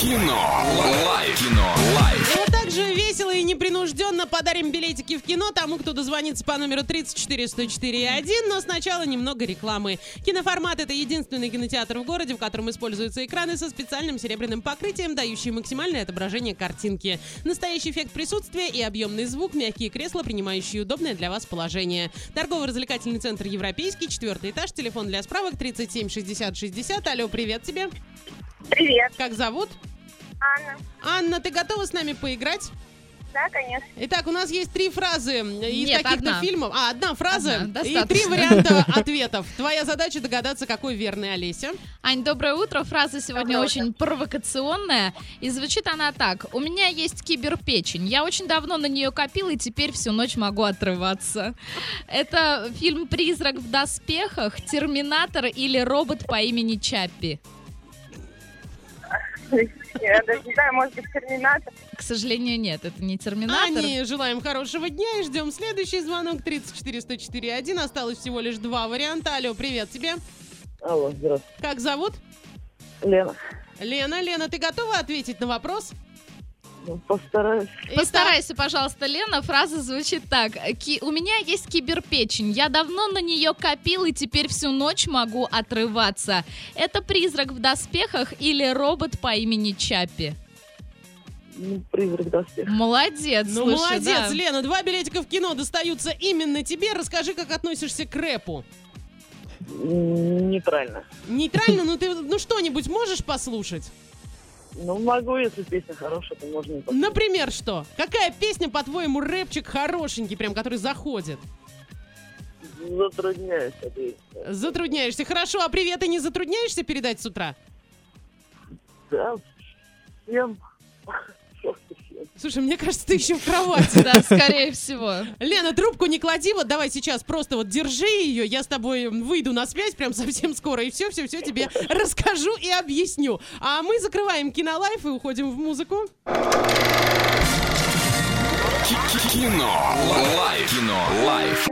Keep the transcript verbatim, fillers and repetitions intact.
Кино. Лайф. Кино. Лайф. И вот так же весело и непринужденно подарим билетики в кино тому, кто дозвонится по номеру тридцать четыре сто четыре один. Но сначала немного рекламы. Киноформат — это единственный кинотеатр в городе, в котором используются экраны со специальным серебряным покрытием, дающие максимальное отображение картинки. Настоящий эффект присутствия и объемный звук, мягкие кресла, принимающие удобное для вас положение. Торгово-развлекательный центр «Европейский», четвертый этаж, телефон для справок тридцать семь шестьдесят шестьдесят. Алло, привет тебе. Привет, Как зовут? Анна. Анна, ты готова с нами поиграть? Да, конечно. Итак, у нас есть три фразы из Нет, каких-то одна. фильмов. А, одна фраза Одна, и достаточно. три варианта ответов. Твоя задача догадаться, какой верный, Олеся. Ань, доброе утро. Фраза сегодня Доброе очень провокационная. И звучит она так. У меня есть киберпечень. Я очень давно на нее копила, и теперь всю ночь могу отрываться. Это фильм «Призрак в доспехах», «Терминатор» или «Робот по имени Чаппи». Я даже не знаю, может быть, терминатор. К сожалению, нет, это не «Терминатор». Ане, желаем хорошего дня и ждем следующий звонок тридцать четыре сто четыре один. Осталось всего лишь два варианта. Алло, привет тебе. Алло, здравствуйте. Как зовут? Лена. Лена. Лена, ты готова ответить на вопрос? Ну, постараюсь. Итак, Постарайся, пожалуйста, Лена. Фраза звучит так. Ки- У меня есть киберпечень. Я давно на нее копил, и теперь всю ночь могу отрываться. Это «Призрак в доспехах» или «Робот по имени Чаппи»? Ну, призрак доспех. Молодец, Ну, слушай, молодец, да. Лена. Два билетика в кино достаются именно тебе. Расскажи, как относишься к рэпу. М, Нейтрально. Нейтрально, ну ты ну что-нибудь можешь послушать? Ну, могу, если песня хорошая, то можно и послушать. Например, что? Какая песня, по-твоему, рэпчик хорошенький, прям, который заходит? Затрудняюсь ответить. Затрудняешься. Хорошо, а приветы не затрудняешься передать с утра? Да, всем. Просто всем. Слушай, мне кажется, ты еще в кровати. Да, скорее всего. Лена, трубку не клади, вот давай сейчас просто вот держи ее, я с тобой выйду на связь прям совсем скоро, и все-все-все тебе расскажу и объясню. А мы закрываем Кинолайф и уходим в музыку. Кино. Лайф. Кино. Лайф.